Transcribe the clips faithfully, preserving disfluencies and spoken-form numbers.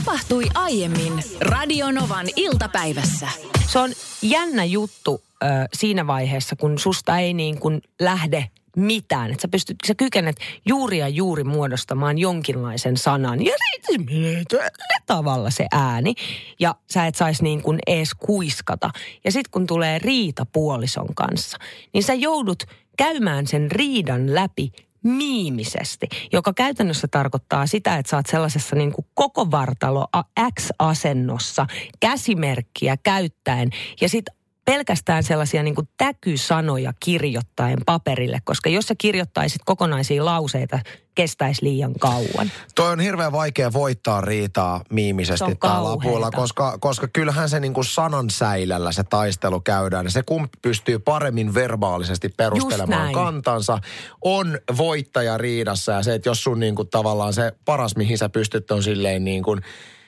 Tapahtui aiemmin Radionovan iltapäivässä. Se on jännä juttu äh, siinä vaiheessa, kun susta ei niin kuin lähde mitään. Että sä pystyt, sä kykenet juuri ja juuri muodostamaan jonkinlaisen sanan. Ja tällä tavalla se ääni. Ja sä et saisi niin kuin ees kuiskata. Ja sit kun tulee riita puolison kanssa, niin sä joudut käymään sen riidan läpi miimisesti, joka käytännössä tarkoittaa sitä, että sä oot sellaisessa niin kuin koko vartalo X-asennossa käsimerkkiä käyttäen ja sit pelkästään sellaisia niin kuin täkysanoja kirjoittaen paperille, koska jos sä kirjoittaisit kokonaisia lauseita, kestäisi liian kauan. Toi on hirveän vaikea voittaa riitaa miimisesti täällä lapuilla, koska, koska kyllähän se niin kuin sanansäilällä se taistelu käydään. Se kumpi pystyy paremmin verbaalisesti perustelemaan kantansa, on voittaja riidassa. Ja se, että jos sun niin kuin tavallaan se paras, mihin sä pystyt, on silleen niin kuin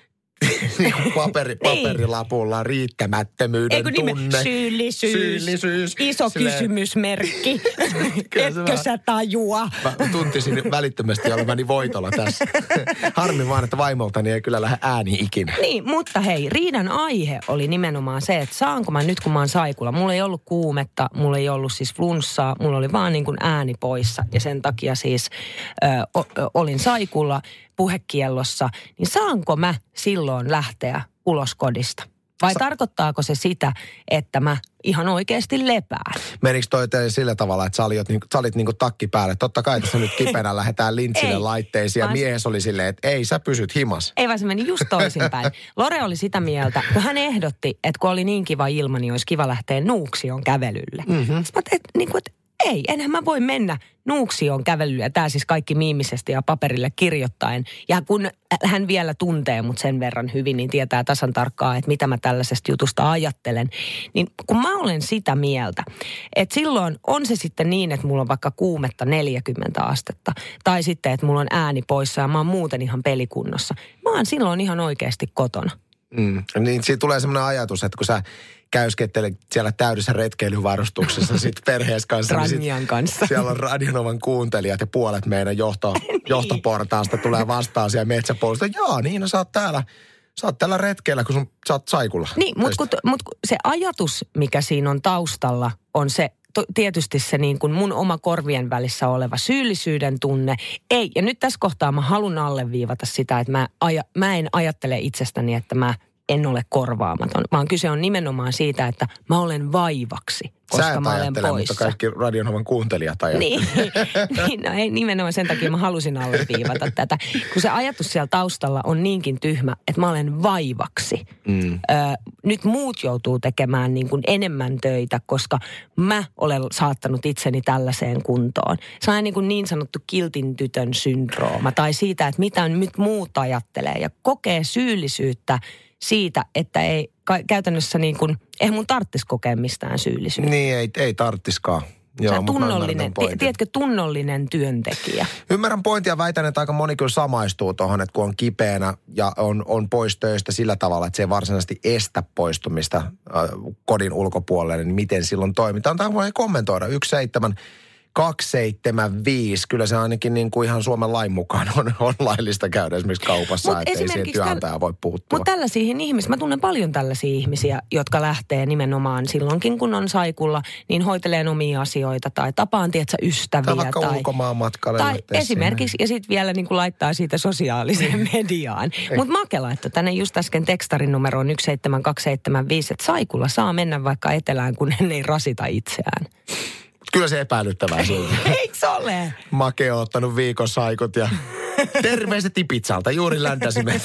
Paperi, paperilapulla riittämättömyyden tunne. Syyllisyys. Syyllisyys. Iso silleen kysymysmerkki. Etkö sä tajua? Mä tuntisin välittömästi oleväni voitolla tässä. Harmi vaan, että vaimoltani ei kyllä lähde ääni ikinä. Niin, mutta hei, riidan aihe oli nimenomaan se, että saanko mä nyt kun mä oon saikulla. Mulla ei ollut kuumetta, mulla ei ollut siis flunssaa, mulla oli vaan niin kuin ääni poissa. Ja sen takia siis ö, o, ö, olin saikulla puhekiellossa, niin saanko mä silloin lähteä ulos kodista? Vai Sa- tarkoittaako se sitä, että mä ihan oikeasti lepään? Menikö toi teille sillä tavalla, että sä olit, sä olit niin kuin takki päälle? Totta kai tässä nyt kipeänä lähdetään lintsille laitteisiin ja mies oli silleen, että ei, sä pysyt himas. Ei vaan se meni just toisinpäin. Lore oli sitä mieltä, kun hän ehdotti, että kun oli niin kiva ilma, niin olisi kiva lähteä Nuuksion kävelylle. Mm-hmm. Mä tein, niin kuin, että ei, enhän mä voi mennä Nuuksioon kävelylle. Tämä siis kaikki miimisesti ja paperille kirjoittaen. Ja kun hän vielä tuntee mut sen verran hyvin, niin tietää tasan tarkkaan, että mitä mä tällaisesta jutusta ajattelen. Niin kun mä olen sitä mieltä, että silloin on se sitten niin, että mulla on vaikka kuumetta neljäkymmentä astetta. Tai sitten, että mulla on ääni poissa ja mä oon muuten ihan pelikunnossa. Mä oon silloin ihan oikeasti kotona. Mm. Niin siitä tulee semmoinen ajatus, että kun sä käyskettelet siellä täydessä retkeilyvarustuksessa sit perheessä kanssa. Ranjan niin kanssa. Siellä on Radionovan kuuntelijat ja puolet meidän johto, niin. johtoportaasta tulee vastaan siellä metsäpuolesta. Jaa, niin, no sä oot täällä, sä oot täällä retkeillä, kun sun, sä oot saikulla. Niin, mutta mut, se ajatus, mikä siinä on taustalla, on se, to, tietysti se niin kuin mun oma korvien välissä oleva syyllisyyden tunne. Ei, ja nyt tässä kohtaa mä haluan alleviivata sitä, että mä, aja, mä en ajattele itsestäni, että mä en ole korvaamaton, vaan kyse on nimenomaan siitä, että mä olen vaivaksi, koska mä olen poissa. Mutta kaikki Radionovan kuuntelijat ajattelee. Niin, niin no ei nimenomaan sen takia mä halusin alleviivata tätä. Kun se ajatus siellä taustalla on niinkin tyhmä, että mä olen vaivaksi. Mm. Ö, nyt muut joutuu tekemään niin kuin enemmän töitä, koska mä olen saattanut itseni tällaiseen kuntoon. Se on niin kuin niin sanottu kiltin tytön syndrooma tai siitä, että mitä nyt muut ajattelee ja kokee syyllisyyttä siitä, että ei käytännössä niin kuin, eihän mun tarvitsisi kokea mistään syyllisyyttä. Niin, ei, ei tarvitsiskaan. Joo, on tunnollinen, tiedätkö, tunnollinen työntekijä. Ymmärrän pointia, väitän, että aika moni kyllä samaistuu tuohon, että kun on kipeänä ja on, on pois töistä sillä tavalla, että se ei varsinaisesti estä poistumista äh, kodin ulkopuolelle, niin miten silloin toimitaan. Tai voi kommentoida yksi seitsemän kaksi seitsemän viisi. Kyllä se ainakin niin kuin ihan Suomen lain mukaan on, on laillista käydä esimerkiksi kaupassa, mut ettei siihen työnantaja voi puuttua. Mutta tällaisiin ihmisiin, mä tunnen paljon tällaisia ihmisiä, jotka lähtee nimenomaan silloinkin, kun on saikulla, niin hoitelee omia asioita tai tapaan, tietsä, ystäviä. Tai vaikka tai, ulkomaan matkalle. Tai esimerkiksi, siihen. Ja sitten vielä niin kuin laittaa siitä sosiaaliseen mediaan. Mutta makea laittaa tänne just äsken tekstarin numeroon yksi seitsemän kaksi seitsemän viisi, että saikulla saa mennä vaikka etelään, kun hän ei rasita itseään. Kyllä se epäilyttävää siltä. Eikö ole? Make on ottanut viikon saikut ja terveiset Ipitsalta. Juuri läntäsimme.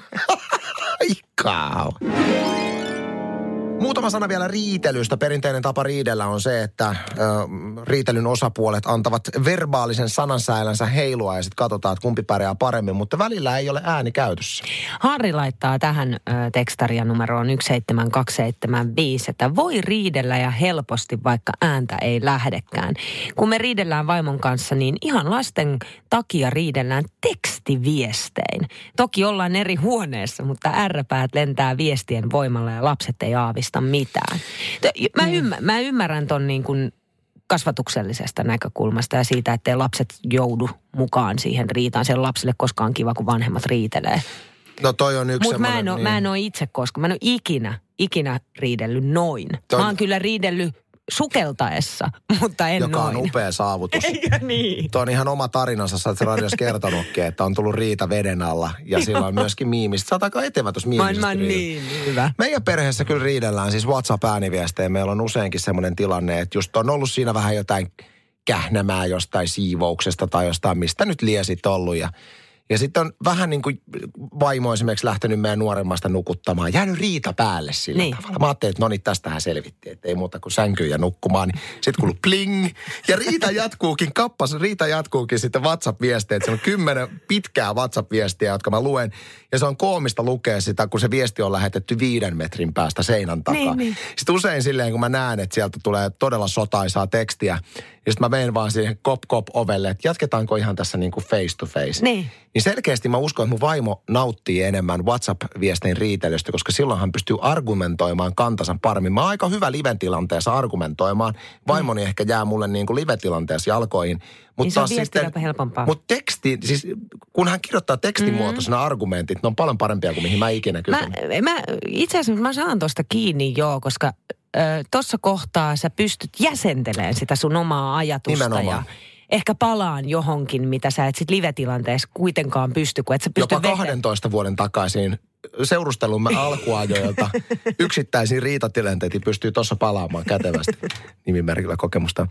Aikau. Muutama sana vielä riitelystä. Perinteinen tapa riidellä on se, että ö, riitelyn osapuolet antavat verbaalisen sanansäilänsä heilua ja sitten katsotaan, että kumpi pärjää paremmin, mutta välillä ei ole ääni käytössä. Harri laittaa tähän ö, tekstaria numeroon yksi seitsemän kaksi seitsemän viisi, että voi riidellä ja helposti, vaikka ääntä ei lähdekään. Kun me riidellään vaimon kanssa, niin ihan lasten takia riidellään tekstiviestein. Toki ollaan eri huoneessa, mutta ärräpäät lentää viestien voimalla ja lapset ei aavista mitään. Mä, ymmär, mä ymmärrän ton niin kuin kasvatuksellisesta näkökulmasta ja siitä, ettei lapset joudu mukaan siihen riitaan. Se on lapsille koskaan kiva, kun vanhemmat riitelee. No toi on yksi Mutta mä, niin. mä en ole itse koskaan. Mä en ole ikinä, ikinä riidellyt noin. Toi... Mä oon kyllä riidellyt sukeltaessa, mutta en Joka noin. on upea saavutus. Eikä niin. Tuo on ihan oma tarinansa, sä oot radiossa kertonutkin, että on tullut riita veden alla ja sillä on myöskin miimistä. Sä oot aika etevä tuossa miimisestä. Mä niin, niin hyvä. Meidän perheessä kyllä riidellään siis WhatsApp-ääniviestejä. Meillä on useinkin semmoinen tilanne, että just on ollut siinä vähän jotain kähnämää jostain siivouksesta tai jostain, mistä nyt liesit ollut ja Ja sitten on vähän niin kuin vaimo esimerkiksi lähtenyt meidän nuoremmasta nukuttamaan. Jäänyt riita päälle sillä niin. tavalla. Mä ajattelin, että no niin, tästähän selvittiin, että ei muuta kuin sänkyyn ja nukkumaan. Sitten kuuluu pling. Ja riita jatkuukin, kappas, riita jatkuukin sitten WhatsApp-viestejä. Se on kymmenen pitkää WhatsApp-viestiä, jotka mä luen. Ja se on koomista lukea sitä, kun se viesti on lähetetty viiden metrin päästä seinän takaa. Niin, niin. Sitten usein silleen, kun mä näen, että sieltä tulee todella sotaisaa tekstiä. Ja sitten mä menen vaan siihen kop-kop-ovelle, että jatketaanko ihan tässä niin kuin face to face. Niin. Niin selkeästi mä uskon, että mun vaimo nauttii enemmän WhatsApp-viestein riitelystä, koska silloin hän pystyy argumentoimaan kantansa paremmin. Mä oon aika hyvä live-tilanteessa argumentoimaan. Vaimoni mm. ehkä jää mulle niin kuin live-tilanteessa jalkoihin. Mutta niin se on viestillä helpompaa. Mutta teksti, siis kun hän kirjoittaa tekstimuotoisena mm. argumentit, ne on paljon parempia kuin mihin mä ikinä kysyn. Mä, mä, itse asiassa mä saan tosta kiinni joo, koska tuossa kohtaa sä pystyt jäsentelemään sitä sun omaa ajatusta. Nimenomaan. Ja ehkä palaan johonkin, mitä sä et sit live-tilanteessa kuitenkaan pysty, kun et sä pysty jopa kahdentoista vuoden takaisin seurustelumme alkuajoilta yksittäisiin riitatilanteisiin pystyy tuossa palaamaan kätevästi. Nimimerkillä kokemusta.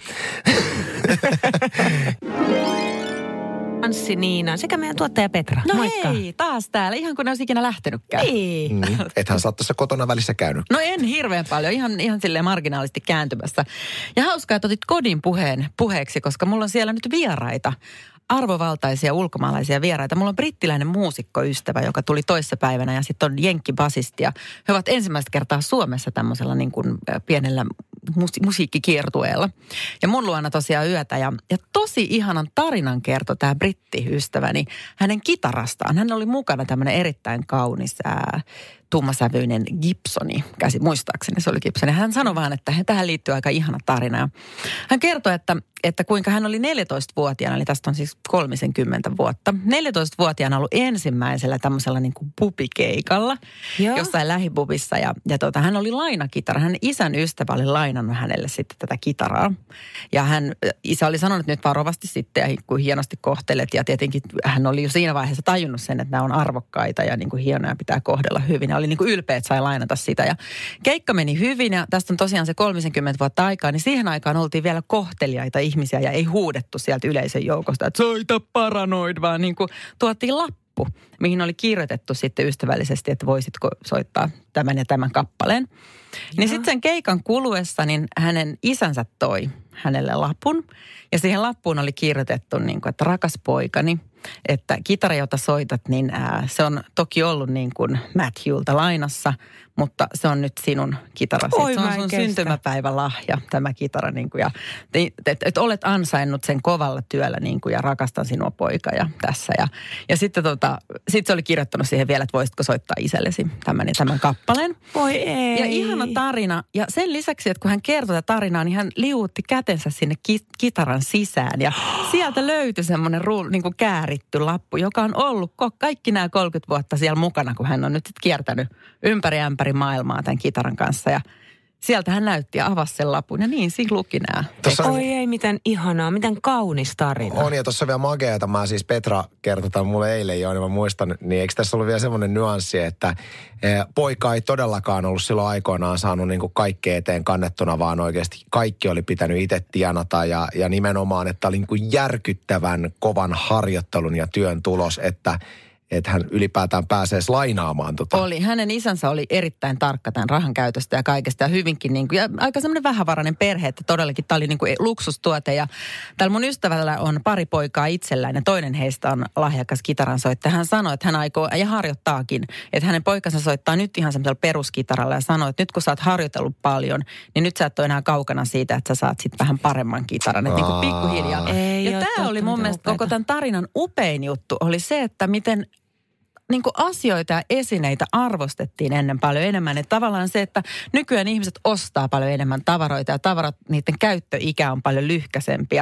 Anssi Niina sekä meidän tuottaja Petra. No moikka. hei, taas täällä, ihan kun ne olisi ikinä lähtenytkään. Niin. Mm, ethän sä oot tässä kotona välissä käynyt. No en hirveän paljon, ihan, ihan silleen marginaalisti kääntymässä. Ja hauskaa, että otit kodin puheen puheeksi, koska mulla on siellä nyt vieraita. Arvovaltaisia ulkomaalaisia vieraita. Mulla on brittiläinen muusikkoystävä, joka tuli toissapäivänä ja sitten on jenkkibasisti. Ja he ovat ensimmäistä kertaa Suomessa tämmöisellä niin kuin pienellä musi- musiikkikiertueella. Ja mun luona tosiaan yötä. Ja, ja tosi ihanan tarinan kertoi tämä brittiystäväni hänen kitarastaan. Hän oli mukana tämmöinen erittäin kaunis ää, tummasävyinen Gibsoni, käsi, muistaakseni se oli Gibsoni. Hän sanoi vaan, että tähän liittyy aika ihana tarina. Hän kertoi, että, että kuinka hän oli neljätoistavuotiaana, eli tästä on siis kolmekymmentä vuotta. neljätoistavuotiaana ollut ensimmäisellä tämmöisellä niin kuin pubikeikalla, Joo. jossain lähipubissa. Ja, ja tota, hän oli lainakitara. Hänen isän ystävä oli lainannut hänelle sitten tätä kitaraa. Ja hän, isä oli sanonut nyt varovasti sitten, ja kun hienosti kohtelet. Ja tietenkin hän oli jo siinä vaiheessa tajunnut sen, että nämä on arvokkaita ja niin kuin hienoja pitää kohdella hyvin. Ja oli niin kuin ylpeä, että sai lainata sitä. Ja keikka meni hyvin ja tästä on tosiaan se kolmekymmentä vuotta aikaa, niin siihen aikaan oltiin vielä kohteliaita ihmisiä ja ei huudettu sieltä yleisön joukosta, että soita Paranoid, vaan niin kuin tuotiin lappu, mihin oli kirjoitettu sitten ystävällisesti, että voisitko soittaa tämän ja tämän kappaleen. Ja. Niin sitten sen keikan kuluessa niin hänen isänsä toi hänelle lapun ja siihen lappuun oli kirjoitettu niin kuin, että rakas poikani, että kitara, jota soitat, niin ää, se on toki ollut niin kuin Matthewlta lainassa, mutta se on nyt sinun kitarasi. Oi, se on sun syntymäpäivälahja, tämä kitara. Niin kuin, ja että et, et olet ansainnut sen kovalla työllä niin kuin, ja rakastan sinua poika ja tässä. Ja, ja sitten tota, sit se oli kirjoittanut siihen vielä, että voisitko soittaa itsellesi tämän ja tämän kappaleen. Voi ei. Ja ihana tarina. Ja sen lisäksi, että kun hän kertoi tätä tarinaa, niin hän liuutti kätensä sinne ki- kitaran sisään. Ja sieltä löytyi semmoinen ruul, niin kuin kääritty lappu, joka on ollut kaikki nämä kolmekymmentä vuotta siellä mukana, kun hän on nyt sitten kiertänyt ympäri ämpäri maailmaa tämän kitaran kanssa. Ja sieltä hän näytti ja avasi sen lapun ja niin siinä luki nämä. On... Oi ei, miten ihanaa, miten kaunis tarina. On ja tuossa vielä mageata, mä siis Petra kertoi mulle eilen jo, niin mä muistan, niin eikö tässä ollut vielä semmoinen nyanssi, että poika ei todellakaan ollut silloin aikoinaan saanut niin kuin kaikkea eteen kannettuna, vaan oikeasti kaikki oli pitänyt itse tienata ja, ja nimenomaan, että oli niin kuin järkyttävän kovan harjoittelun ja työn tulos, että että hän ylipäätään pääsee lainaamaan tota. Oli. Hänen isänsä oli erittäin tarkka tämän rahan käytöstä ja kaikesta ja hyvinkin niin kuin, ja aika semmoinen vähävarainen perhe, että todellakin tämä oli niin kuin luksustuote. Ja täällä mun ystävällä on pari poikaa itsellään ja toinen heistä on lahjakas kitaransoittaja. Hän sanoi, että hän aikoo, ja harjoittaakin, että hänen poikansa soittaa nyt ihan semmoisella peruskitaralla ja sanoi, että nyt kun sä oot harjoitellut paljon, niin nyt sä et ole enää kaukana siitä, että sä saat sitten vähän paremman kitaran. Että niin kuin pikkuhiljaa. Ei, ja tämä oli mun mielestä upeata. Koko tämän tarinan upein juttu oli se, että miten niin kuin asioita ja esineitä arvostettiin ennen paljon enemmän. Että tavallaan se, että nykyään ihmiset ostaa paljon enemmän tavaroita ja tavarat, niiden käyttöikä on paljon lyhkäisempi. Ja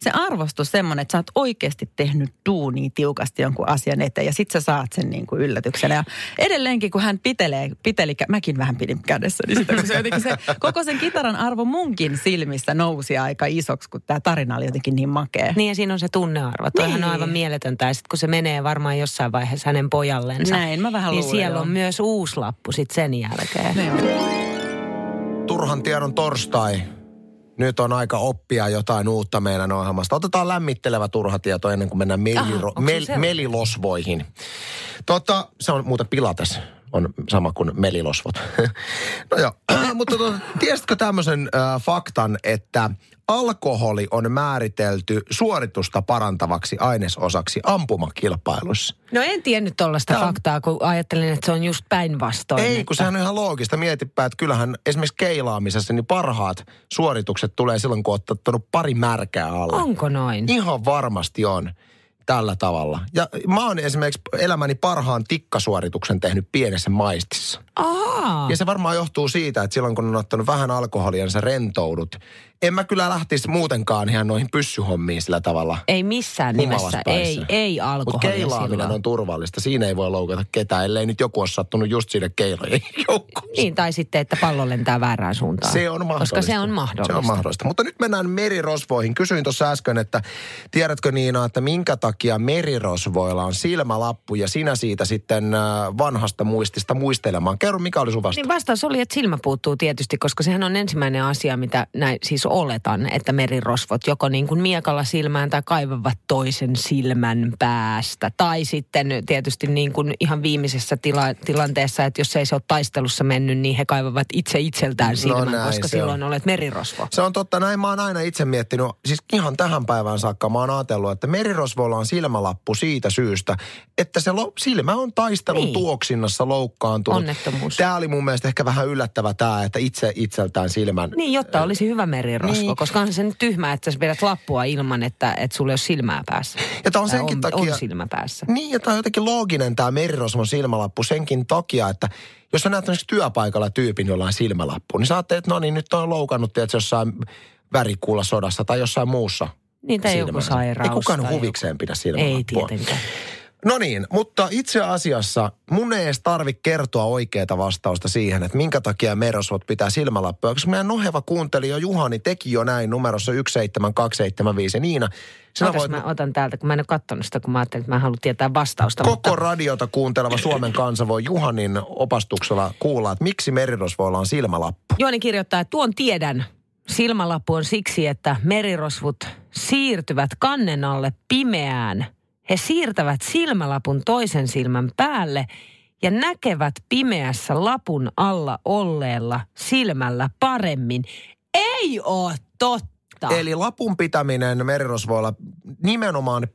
se arvostus semmoinen, että sä oot oikeasti tehnyt duunia tiukasti jonkun asian eteen ja sit sä saat sen niin kuin yllätyksenä. Ja edelleenkin, kun hän pitelee, piteli, mäkin vähän pidin kädessä, niin sitä, kun se jotenkin se, koko sen kitaran arvo munkin silmissä nousi aika isoksi, kun tämä tarina oli jotenkin niin makea. Niin ja siinä on se tunnearvo. Toihan niin. on aivan mieletöntä. Ja sitten kun se menee varmaan jossain vaiheessa hänen pojallensa. Näin, mä vähän niin luulen, siellä joo. on myös uusi lappu sitten sen jälkeen. Niin. Turhan tiedon torstai. Nyt on aika oppia jotain uutta meidän ohjelmasta. Otetaan lämmittelevä turha tieto ennen kuin mennään meliro, Aha, mel, melilosvoihin. Tota, se on muuten pilates. On sama kuin melilosvot. No joo, mutta tota, tiesitkö tämmöisen äh, faktan, että alkoholi on määritelty suoritusta parantavaksi ainesosaksi ampumakilpailussa? No en tiennyt tollaista Tämä... faktaa, kun ajattelin, että se on just päinvastoin. Ei, että... kun sehän on ihan loogista. Mietipä, että kyllähän esimerkiksi keilaamisessa niin parhaat suoritukset tulee silloin, kun olet ottanut pari märkää alle. Onko noin? Ihan varmasti on tällä tavalla. Ja mä oon esimerkiksi elämäni parhaan tikkasuorituksen tehnyt pienessä maistissa. Ahaa. Ja se varmaan johtuu siitä, että silloin kun on ottanut vähän alkoholia, niin sä rentoudut. En mä kyllä lähtisi muutenkaan ihan noihin pyssyhommiin sillä tavalla. Ei missään nimessä. Ei, ei alkoholia. Mutta keilaaminen silloin on turvallista. Siinä ei voi loukata ketään, ellei nyt joku ole sattunut just siinä keilojen joukkoon. Niin, tai sitten, että pallo lentää väärään suuntaan. Se on mahdollista. Koska se on mahdollista. Se on mahdollista. Mutta nyt mennään merirosvoihin. Kysyin tuossa äsken, että tiedätkö Niina, että minkä takia merirosvoilla on silmälappu ja sinä siitä sitten vanhasta muistista muistelemaan. Kerro, mikä oli sun vastaus? Niin vastaus oli, että silmä puuttuu tietysti, koska sehän on ensimmäinen asia, mitä näin siis oletan, että merirosvot joko niin kuin miekalla silmään tai kaivavat toisen silmän päästä. Tai sitten tietysti niin kuin ihan viimeisessä tila- tilanteessa, että jos ei se ole taistelussa mennyt, niin he kaivavat itse itseltään silmän, no näin, koska silloin on. Olet merirosvo. Se on totta, näin mä oon aina itse miettinyt, siis ihan tähän päivään saakka mä oon ajatellut, että merirosvoilla on silmälappu siitä syystä, että se lo- silmä on taistelun niin. tuoksinnassa loukkaantunut. Onnettomuus. Tämä oli mun mielestä ehkä vähän yllättävä tämä, että itse itseltään silmän. Niin, jotta olisi hyvä merirosvo, niin. Koska on se nyt tyhmä, että sä vedät lappua ilman, että, että sulla ei ole silmää päässä. Ja tämä on tai senkin on, takia. On silmä päässä. Niin, ja tämä on jotenkin looginen tämä merirosvon silmälappu senkin takia, että jos sä näet työpaikalla tyypin jollain silmälappu, niin sä ajattelet, että no niin, nyt on loukannut tietysti jossain värikuulla sodassa tai jossain muussa. Niin, tai joku sairaus. Ei kukaan tai huvikseen joku. pidä silmälappua. Ei tietenkään. No niin, mutta itse asiassa mun ei edes tarvitse kertoa oikeaa vastausta siihen, että minkä takia merirosvot pitää silmälappua. Koska meidän noheva kuuntelija Juhani teki jo näin numerossa yksi seitsemän kaksi seitsemän viisi. Ja Niina, sinä Otas, voit... mä otan täältä, kun mä en ole katsonut sitä, kun mä ajattelin, että mä haluan tietää vastausta. Koko mutta... radiota kuunteleva Suomen kansa voi Juhanin opastuksella kuulla, että miksi merirosvoilla on silmälappu. Juoni kirjoittaa, että tuon tiedän. Silmälappu on siksi, että merirosvot siirtyvät kannen alle pimeään. He siirtävät silmälapun toisen silmän päälle ja näkevät pimeässä lapun alla olleella silmällä paremmin. Ei ole totta. Eli lapun pitäminen merirosvoilla nimenomaan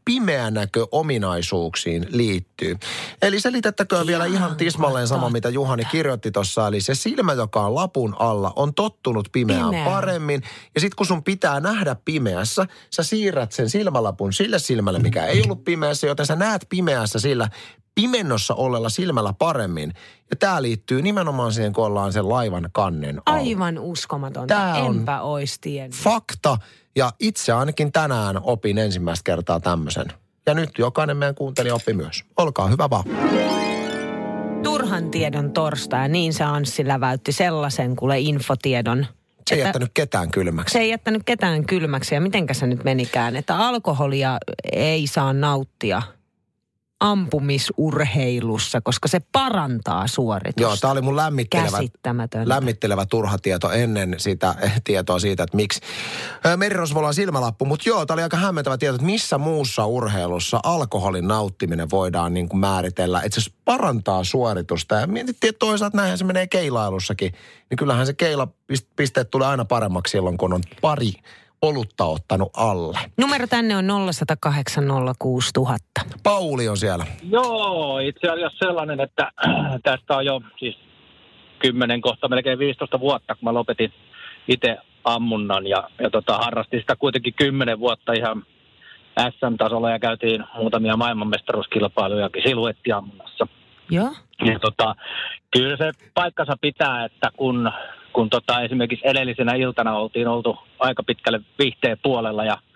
pimeänäköominaisuuksiin liittyy. Eli selitettäköön vielä ihan tismalleen sama, mitä Juhani kirjoitti tuossa. Eli se silmä, joka on lapun alla, on tottunut pimeään Pimeä. paremmin. Ja sitten kun sun pitää nähdä pimeässä, sä siirrät sen silmälapun sille silmälle, mikä ei ollut pimeässä, joten sä näet pimeässä sillä pimennossa olleella silmällä paremmin. Ja tämä liittyy nimenomaan siihen, kun ollaan sen laivan kannen alla. Aivan uskomatonta. Tää on Enpä ois tiennyt. Fakta. Ja itse ainakin tänään opin ensimmäistä kertaa tämmöisen. Ja nyt jokainen meidän kuuntelija oppi myös. Olkaa hyvä vaan. Turhan tiedon torstai, niin se Anssi läväytti sellaisen kuule infotiedon. Se ei että jättänyt ketään kylmäksi. Se ei jättänyt ketään kylmäksi. Ja mitenkä se nyt menikään, että alkoholia ei saa nauttia ampumisurheilussa, koska se parantaa suoritusta. Joo, tämä oli mun lämmittelevä, Käsittämätöntä. lämmittelevä turha tieto ennen sitä tietoa siitä, että miksi merirosvolla on silmälappu. Mutta joo, tämä oli aika hämmentävä tieto, että missä muussa urheilussa alkoholin nauttiminen voidaan niin kuin määritellä, että se parantaa suoritusta. Ja mietittiin, että toisaalta näinhän se menee keilailussakin. Niin kyllähän se keilapisteet tulee aina paremmaksi silloin, kun on pari olutta ottanut alle. Numero tänne on nolla yksi nolla kahdeksan nolla kuusi nolla nolla nolla. Pauli on siellä. Joo, itse asiassa sellainen, että tästä on jo siis kymmenen kohta melkein viisitoista vuotta, kun mä lopetin itse ammunnan ja, ja tota, harrastin sitä kuitenkin kymmenen vuotta ihan S M-tasolla ja käytiin muutamia maailmanmestaruuskilpailujakin siluettiammunnassa. Joo. Ja tota, kyllä se paikkansa pitää, että kun, kun tota, esimerkiksi edellisenä iltana oltiin oltu aika pitkälle viihteen puolella ja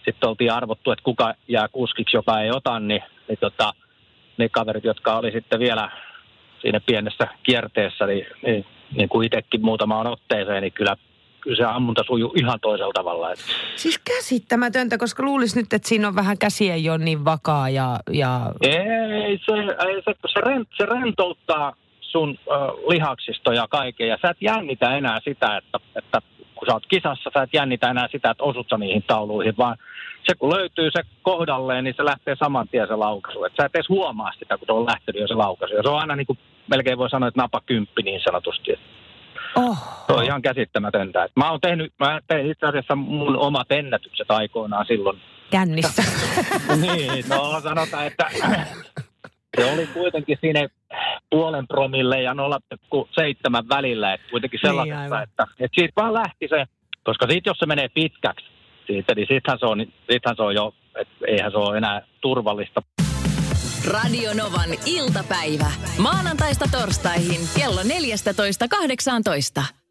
sitten oltiin arvottu, että kuka jää kuskiksi, joka ei ota, niin, niin tota, ne kaverit, jotka oli sitten vielä siinä pienessä kierteessä, niin, niin, niin kuin itsekin muutamaan otteeseen, niin kyllä, kyllä se ammunta sujuu ihan toisella tavalla. Siis käsittämätöntä, koska luulisi nyt, että siinä on vähän käsi ei ole niin vakaa ja... ja... Ei, se, ei se, se, rent, se rentouttaa sun uh, lihaksisto ja kaiken, ja sä et jännitä enää sitä, että, että kun sä oot kisassa, sä et jännitä enää sitä, että osut sä niihin tauluihin, vaan se kun löytyy se kohdalleen, niin se lähtee saman tien se laukaisu. Että sä et edes huomaa sitä, kun se on lähtenyt jo se laukaisu. Ja se on aina niin kuin, melkein voi sanoa, että napakymppi niin sanotusti. Oh. Se on ihan käsittämätöntä. Et mä oon tehnyt, mä tein itse asiassa mun omat ennätykset aikoinaan silloin. Kännissä. Niin, no sanotaan, että se oli kuitenkin siinä puolen promille ja nolla pilkku seitsemän välillä. Että kuitenkin sellaisessa, niin, että, että siitä vaan lähti se, koska siitä jos se menee pitkäksi, siitä, niin sittenhän se on, sittenhän se on jo, että eihän se ole enää turvallista. Radio Novan iltapäivä. Maanantaista torstaihin kello neljätoista kahdeksantoista.